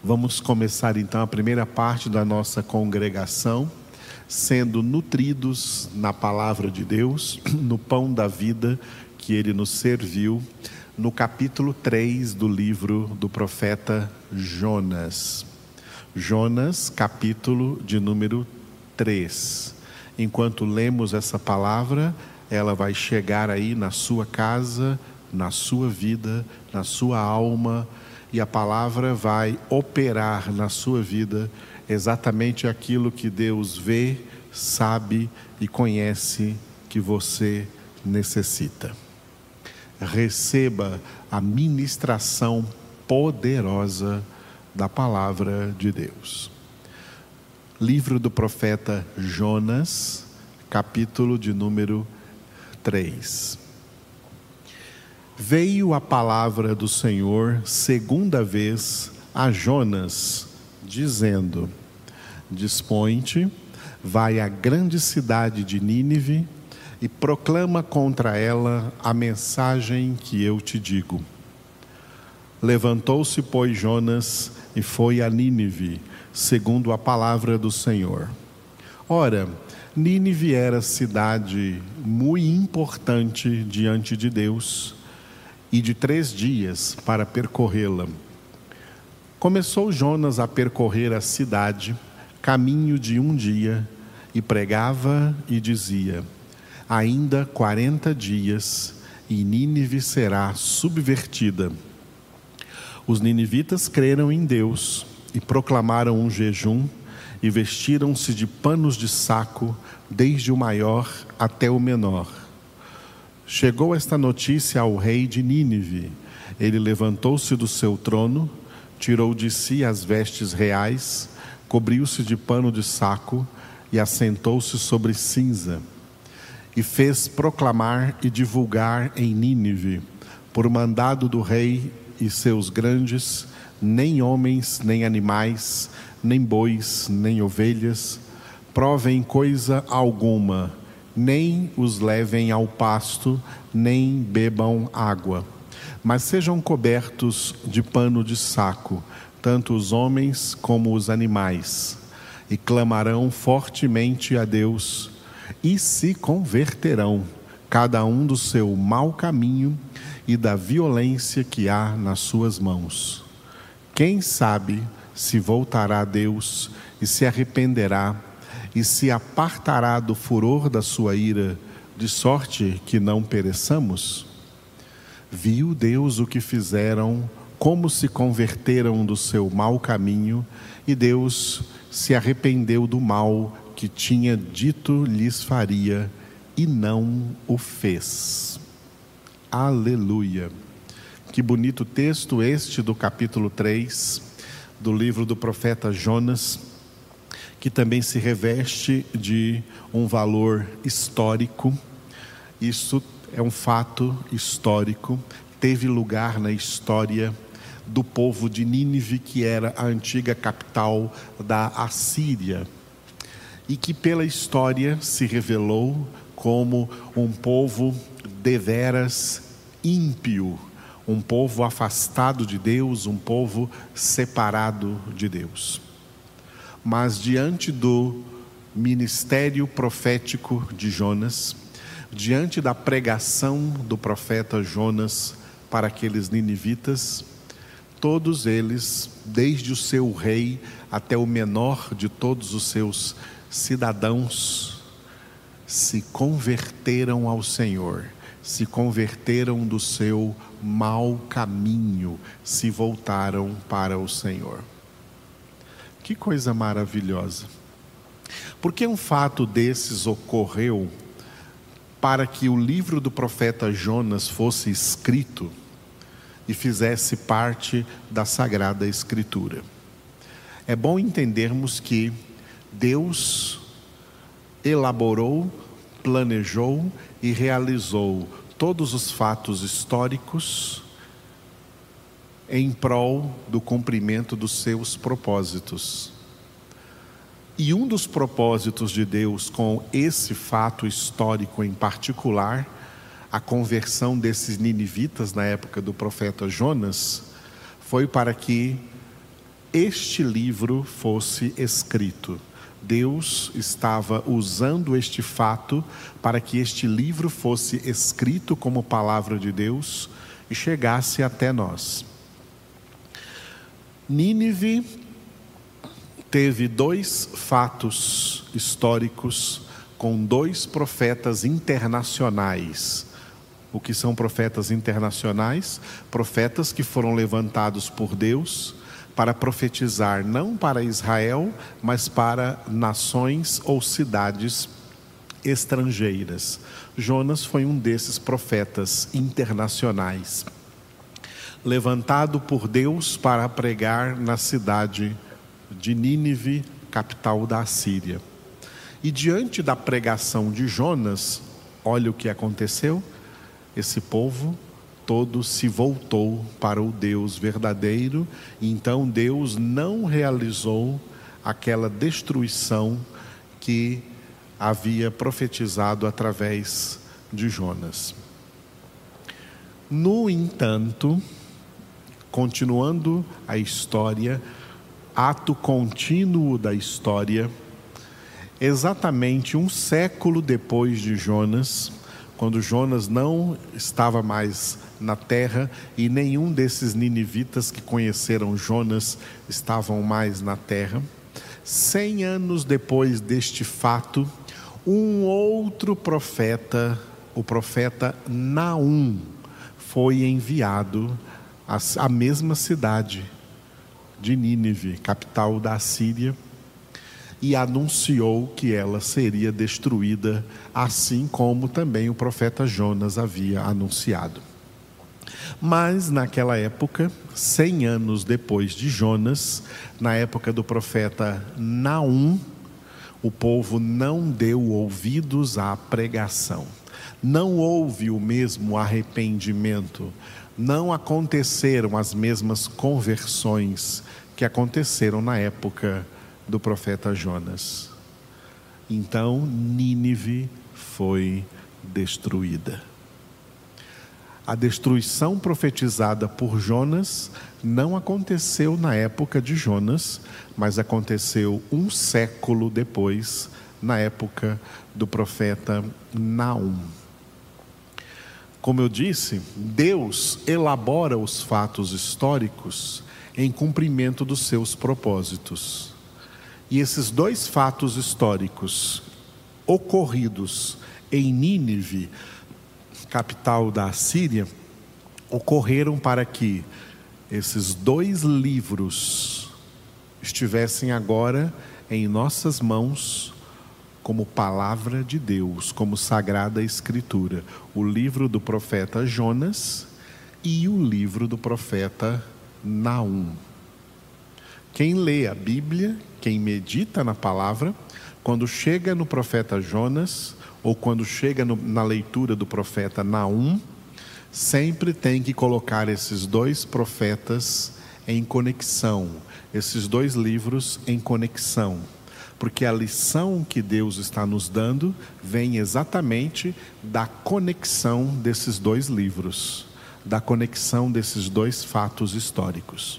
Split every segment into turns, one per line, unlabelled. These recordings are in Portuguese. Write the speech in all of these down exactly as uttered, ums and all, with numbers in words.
Vamos começar então a primeira parte da nossa congregação, sendo nutridos na palavra de Deus, no pão da vida que Ele nos serviu, no capítulo três do livro do profeta Jonas. Jonas, capítulo de número três. Enquanto lemos essa palavra, ela vai chegar aí na sua casa, na sua vida, na sua alma, e a palavra vai operar na sua vida exatamente aquilo que Deus vê, sabe e conhece que você necessita. Receba a ministração poderosa da palavra de Deus. Livro do profeta Jonas, capítulo de número três. Veio a palavra do Senhor segunda vez a Jonas, dizendo: Dispõe-te, vai à grande cidade de Nínive e proclama contra ela a mensagem que eu te digo. Levantou-se, pois, Jonas e foi a Nínive, segundo a palavra do Senhor. Ora, Nínive era cidade muito importante diante de Deus, e de três dias para percorrê-la. Começou Jonas a percorrer a cidade, caminho de um dia, e pregava e dizia: ainda quarenta dias, e Nínive será subvertida. Os ninivitas creram em Deus, e proclamaram um jejum, e vestiram-se de panos de saco, desde o maior até o menor. Chegou esta notícia ao rei de Nínive. Ele levantou-se do seu trono, tirou de si as vestes reais, cobriu-se de pano de saco e assentou-se sobre cinza. E fez proclamar e divulgar em Nínive, por mandado do rei e seus grandes, nem homens, nem animais, nem bois, nem ovelhas, provem coisa alguma, nem os levem ao pasto, nem bebam água, mas sejam cobertos de pano de saco, tanto os homens como os animais, e clamarão fortemente a Deus, e se converterão, cada um do seu mau caminho e da violência que há nas suas mãos. Quem sabe se voltará a Deus e se arrependerá, e se apartará do furor da sua ira, de sorte que não pereçamos? Viu Deus o que fizeram, como se converteram do seu mau caminho, e Deus se arrependeu do mal que tinha dito lhes faria, e não o fez. Aleluia! Que bonito texto este do capítulo três, do livro do profeta Jonas, que também se reveste de um valor histórico. Isso é um fato histórico, teve lugar na história do povo de Nínive, que era a antiga capital da Assíria, e que pela história se revelou como um povo deveras ímpio, um povo afastado de Deus, um povo separado de Deus. Mas diante do ministério profético de Jonas, diante da pregação do profeta Jonas para aqueles ninivitas, todos eles, desde o seu rei até o menor de todos os seus cidadãos, se converteram ao Senhor, se converteram do seu mau caminho, se voltaram para o Senhor. Que coisa maravilhosa! Porque um fato desses ocorreu para que o livro do profeta Jonas fosse escrito e fizesse parte da Sagrada Escritura. É bom entendermos que Deus elaborou, planejou e realizou todos os fatos históricos em prol do cumprimento dos seus propósitos. E um dos propósitos de Deus com esse fato histórico em particular, a conversão desses ninivitas na época do profeta Jonas, foi para que este livro fosse escrito. Deus estava usando este fato para que este livro fosse escrito como palavra de Deus e chegasse até nós. Nínive teve dois fatos históricos com dois profetas internacionais. O que são profetas internacionais? Profetas que foram levantados por Deus para profetizar não para Israel, mas para nações ou cidades estrangeiras. Jonas foi um desses profetas internacionais, levantado por Deus para pregar na cidade de Nínive, capital da Assíria. E diante da pregação de Jonas, olha o que aconteceu. Esse povo todo se voltou para o Deus verdadeiro, e então Deus não realizou aquela destruição que havia profetizado através de Jonas. No entanto, continuando a história, ato contínuo da história, exatamente um século depois de Jonas, quando Jonas não estava mais na terra e nenhum desses ninivitas que conheceram Jonas estavam mais na terra, cem anos depois deste fato, um outro profeta, o profeta Naum, foi enviado à, à mesma cidade de Nínive, capital da Assíria, e anunciou que ela seria destruída, assim como também o profeta Jonas havia anunciado. Mas naquela época, cem anos depois de Jonas, na época do profeta Naum, o povo não deu ouvidos à pregação, não houve o mesmo arrependimento, não aconteceram as mesmas conversões que aconteceram na época do profeta Jonas. Então Nínive foi destruída. A destruição profetizada por Jonas não aconteceu na época de Jonas, mas aconteceu um século depois, na época do profeta Naum. Como eu disse, Deus elabora os fatos históricos em cumprimento dos seus propósitos. E esses dois fatos históricos ocorridos em Nínive, capital da Assíria, ocorreram para que esses dois livros estivessem agora em nossas mãos como palavra de Deus, como Sagrada Escritura. O livro do profeta Jonas e o livro do profeta Naum. Quem lê a Bíblia, quem medita na palavra, quando chega no profeta Jonas, ou quando chega no, na leitura do profeta Naum, sempre tem que colocar esses dois profetas em conexão, esses dois livros em conexão, porque a lição que Deus está nos dando vem exatamente da conexão desses dois livros, da conexão desses dois fatos históricos.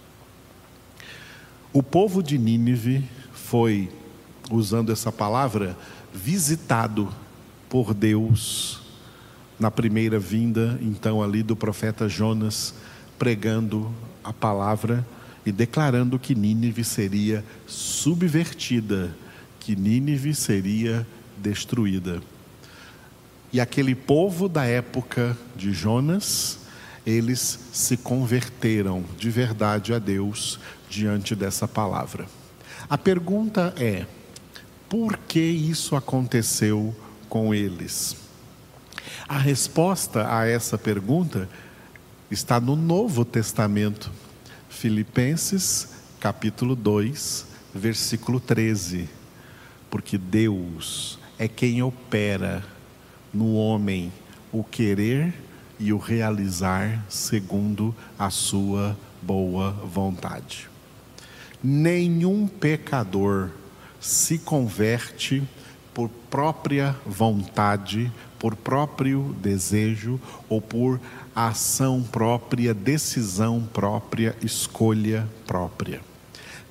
O povo de Nínive foi, usando essa palavra, visitado por Deus na primeira vinda, então ali do profeta Jonas, pregando a palavra e declarando que Nínive seria subvertida, que Nínive seria destruída. E aquele povo da época de Jonas, eles se converteram de verdade a Deus diante dessa palavra. A pergunta é: por que isso aconteceu com eles? A resposta a essa pergunta está no Novo Testamento, Filipenses capítulo dois, versículo treze. Porque Deus é quem opera no homem o querer e o realizar segundo a sua boa vontade. Nenhum pecador se converte por própria vontade, por próprio desejo ou por ação própria, decisão própria, escolha própria.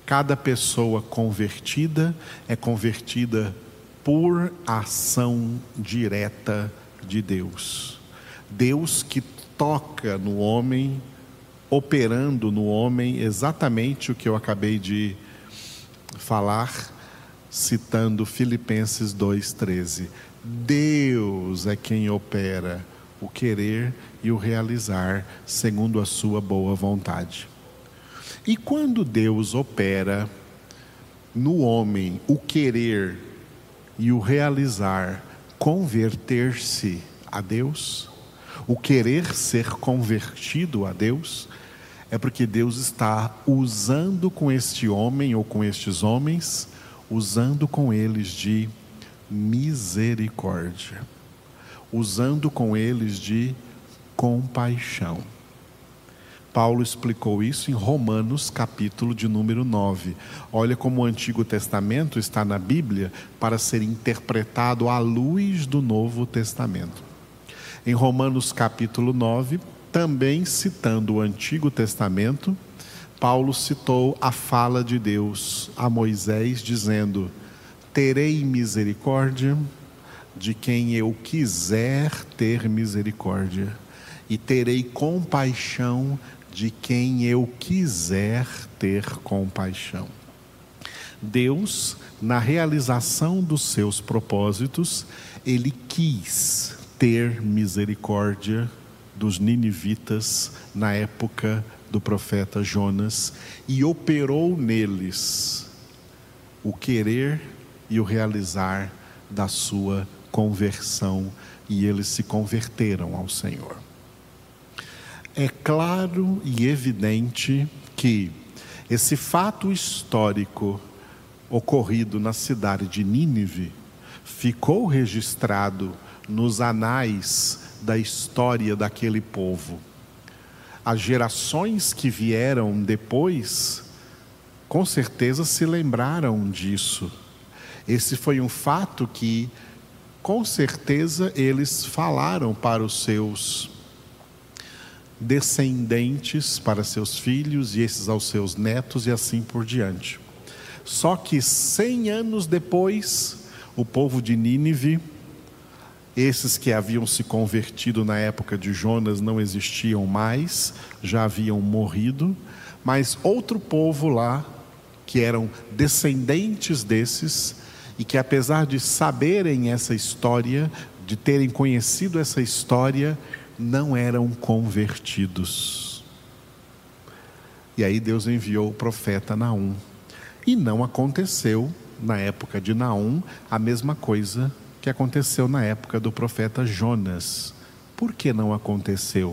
Cada pessoa convertida é convertida por ação direta de Deus. Deus que toca no homem, operando no homem exatamente o que eu acabei de falar, citando Filipenses dois, treze. Deus é quem opera o querer e o realizar segundo a sua boa vontade. E quando Deus opera no homem o querer e o realizar, converter-se a Deus, o querer ser convertido a Deus, é porque Deus está usando com este homem ou com estes homens, usando com eles de misericórdia, usando com eles de compaixão. Paulo explicou isso em Romanos, capítulo de número nove. Olha como o Antigo Testamento está na Bíblia para ser interpretado à luz do Novo Testamento. Em Romanos, capítulo nove, também citando o Antigo Testamento, Paulo citou a fala de Deus a Moisés, dizendo: terei misericórdia de quem eu quiser ter misericórdia, e terei compaixão de quem eu quiser ter compaixão. Deus, na realização dos seus propósitos, Ele quis ter misericórdia dos ninivitas na época do profeta Jonas e operou neles o querer e o realizar da sua conversão, e eles se converteram ao Senhor. É claro e evidente que esse fato histórico ocorrido na cidade de Nínive ficou registrado nos anais da história daquele povo. As gerações que vieram depois, com certeza se lembraram disso. Esse foi um fato que, com certeza, eles falaram para os seus descendentes, para seus filhos, e esses aos seus netos, e assim por diante. Só que cem anos depois, o povo de Nínive, esses que haviam se convertido na época de Jonas, não existiam mais, já haviam morrido, mas outro povo lá, que eram descendentes desses, e que apesar de saberem essa história, de terem conhecido essa história, não eram convertidos. E aí Deus enviou o profeta Naum. E não aconteceu na época de Naum a mesma coisa que aconteceu na época do profeta Jonas. Por que não aconteceu?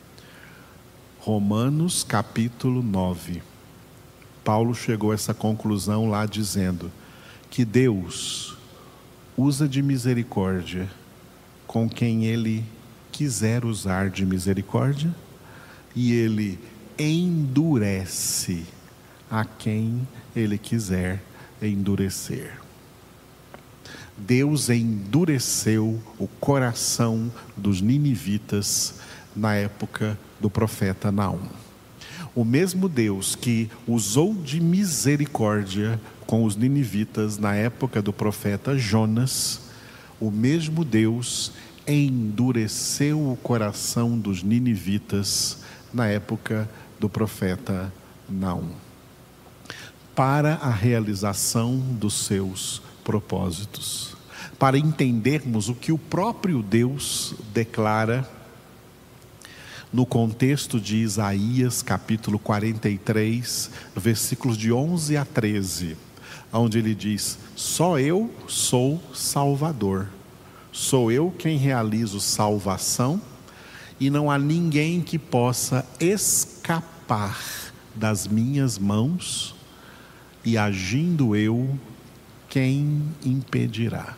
Romanos capítulo nove. Paulo chegou a essa conclusão lá dizendo que Deus usa de misericórdia com quem Ele quiser usar de misericórdia, e Ele endurece a quem Ele quiser endurecer. Deus endureceu o coração dos ninivitas na época do profeta Naum. O mesmo Deus que usou de misericórdia com os ninivitas na época do profeta Jonas, o mesmo Deus endureceu o coração dos ninivitas na época do profeta Naum, para a realização dos seus propósitos, para entendermos o que o próprio Deus declara no contexto de Isaías capítulo quarenta e três, versículos de onze a treze, onde ele diz: só eu sou Salvador, sou eu quem realizo salvação, e não há ninguém que possa escapar das minhas mãos, e agindo eu, quem impedirá?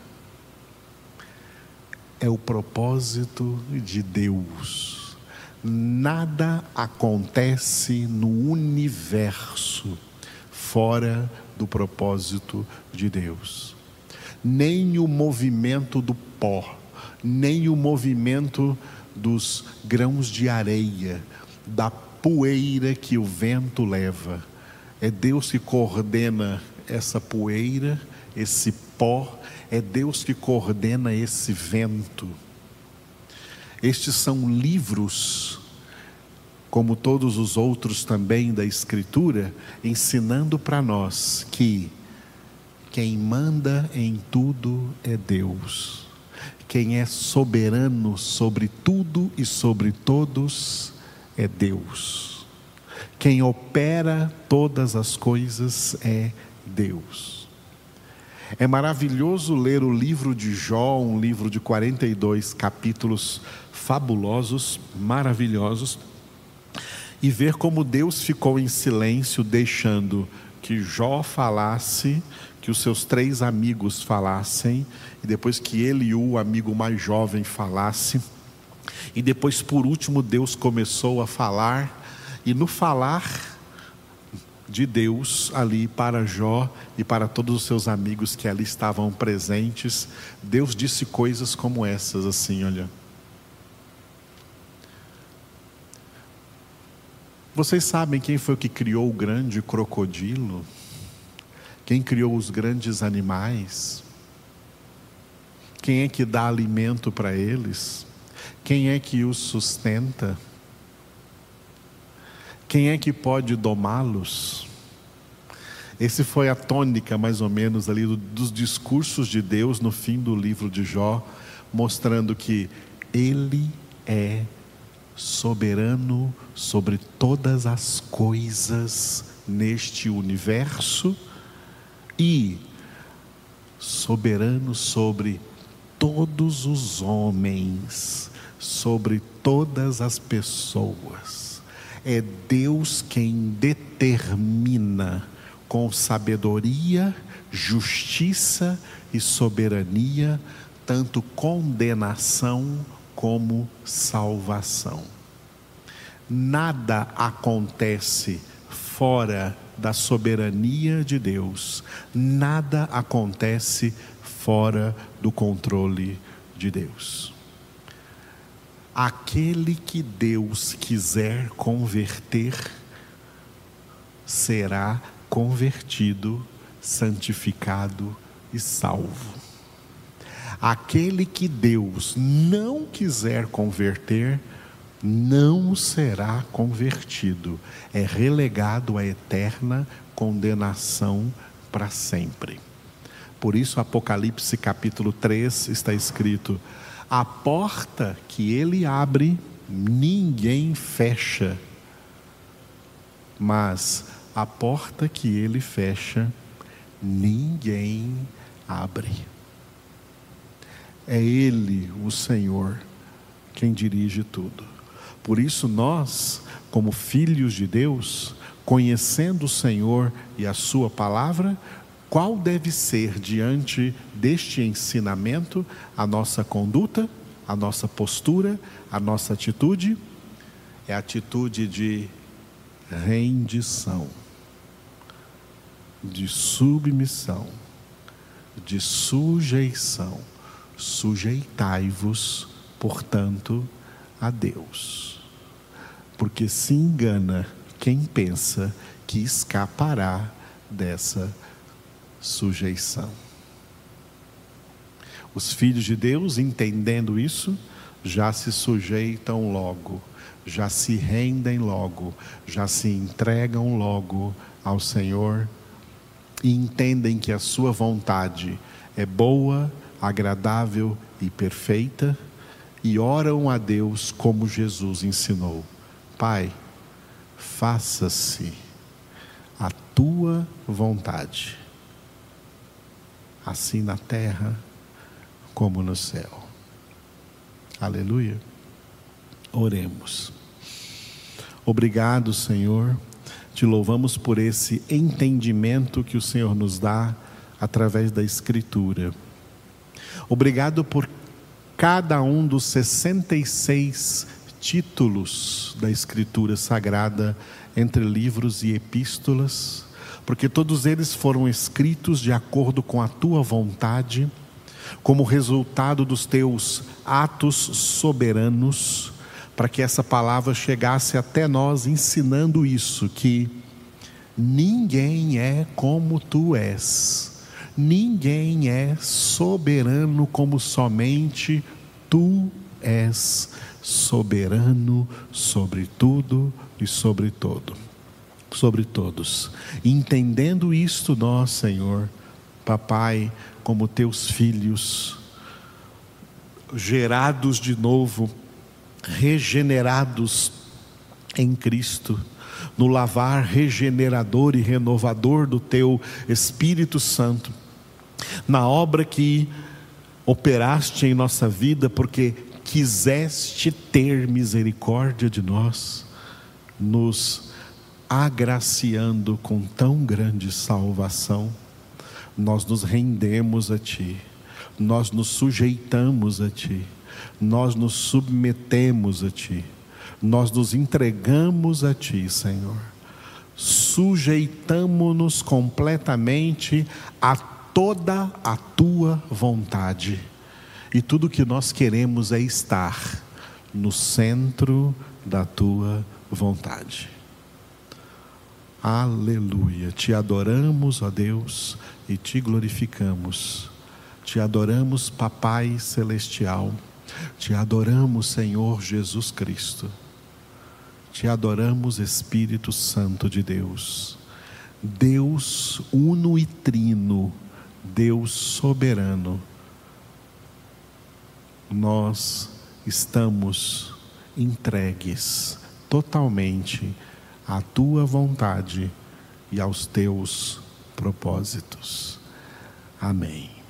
É o propósito de Deus. Nada acontece no universo fora do propósito de Deus. Nem o movimento do pó, nem o movimento dos grãos de areia, da poeira que o vento leva, é Deus que coordena essa poeira, esse pó, é Deus que coordena esse vento. Estes são livros, como todos os outros também da Escritura, ensinando para nós que quem manda em tudo é Deus. Quem é soberano sobre tudo e sobre todos é Deus. Quem opera todas as coisas é Deus. É maravilhoso ler o livro de Jó, um livro de quarenta e dois capítulos fabulosos, maravilhosos, e ver como Deus ficou em silêncio, deixando que Jó falasse, que os seus três amigos falassem, e depois que ele e o amigo mais jovem falasse, e depois por último Deus começou a falar, e no falar de Deus ali para Jó e para todos os seus amigos que ali estavam presentes, Deus disse coisas como essas, assim, olha: vocês sabem quem foi que criou o grande crocodilo? Quem criou os grandes animais? Quem é que dá alimento para eles? Quem é que os sustenta? Quem é que pode domá-los? Esse foi a tônica, mais ou menos, ali do, dos discursos de Deus no fim do livro de Jó, mostrando que Ele é soberano sobre todas as coisas neste universo e soberano sobre todos os homens, sobre todas as pessoas. É Deus quem determina com sabedoria, justiça e soberania, tanto condenação como salvação. Nada acontece fora da soberania de Deus, nada acontece fora do controle de Deus. Aquele que Deus quiser converter, será convertido, santificado e salvo. Aquele que Deus não quiser converter, não será convertido, é relegado à eterna condenação para sempre. Por isso, Apocalipse capítulo três está escrito: a porta que ele abre, ninguém fecha, mas a porta que ele fecha, ninguém abre. É Ele, o Senhor, quem dirige tudo. Por isso nós, como filhos de Deus, conhecendo o Senhor e a sua palavra, qual deve ser diante deste ensinamento a nossa conduta, a nossa postura, a nossa atitude? É a atitude de rendição, de submissão, de sujeição. Sujeitai-vos, portanto, a Deus, porque se engana quem pensa que escapará dessa sujeição. Os filhos de Deus, entendendo isso, já se sujeitam logo, já se rendem logo, já se entregam logo ao Senhor e entendem que a sua vontade é boa, agradável e perfeita, e oram a Deus como Jesus ensinou: Pai, faça-se a tua vontade, assim na terra como no céu. Aleluia. Oremos. Obrigado, Senhor, te louvamos por esse entendimento que o Senhor nos dá através da Escritura. Obrigado por cada um dos sessenta e seis títulos da Escritura Sagrada, entre livros e epístolas, porque todos eles foram escritos de acordo com a tua vontade, como resultado dos teus atos soberanos, para que essa palavra chegasse até nós ensinando isso, que Ninguém é como tu és. Ninguém é soberano como somente tu és soberano sobre tudo e sobre todo, sobre todos. Entendendo isto, nós, Senhor, Papai, como teus filhos, gerados de novo, regenerados em Cristo, no lavar regenerador e renovador do teu Espírito Santo, na obra que operaste em nossa vida, porque quiseste ter misericórdia de nós, nos agraciando com tão grande salvação. Nós nos rendemos a Ti, nós nos sujeitamos a Ti, nós nos submetemos a Ti, nós nos entregamos a Ti, Senhor, sujeitamo-nos completamente a toda a Tua vontade, e tudo que nós queremos é estar no centro da Tua vontade. Aleluia, Te adoramos, ó Deus, e Te glorificamos. Te adoramos, Papai Celestial. Te adoramos, Senhor Jesus Cristo. Te adoramos, Espírito Santo de Deus. Deus uno e trino, Deus soberano. Nós estamos entregues totalmente à Tua vontade e aos Teus propósitos. Amém.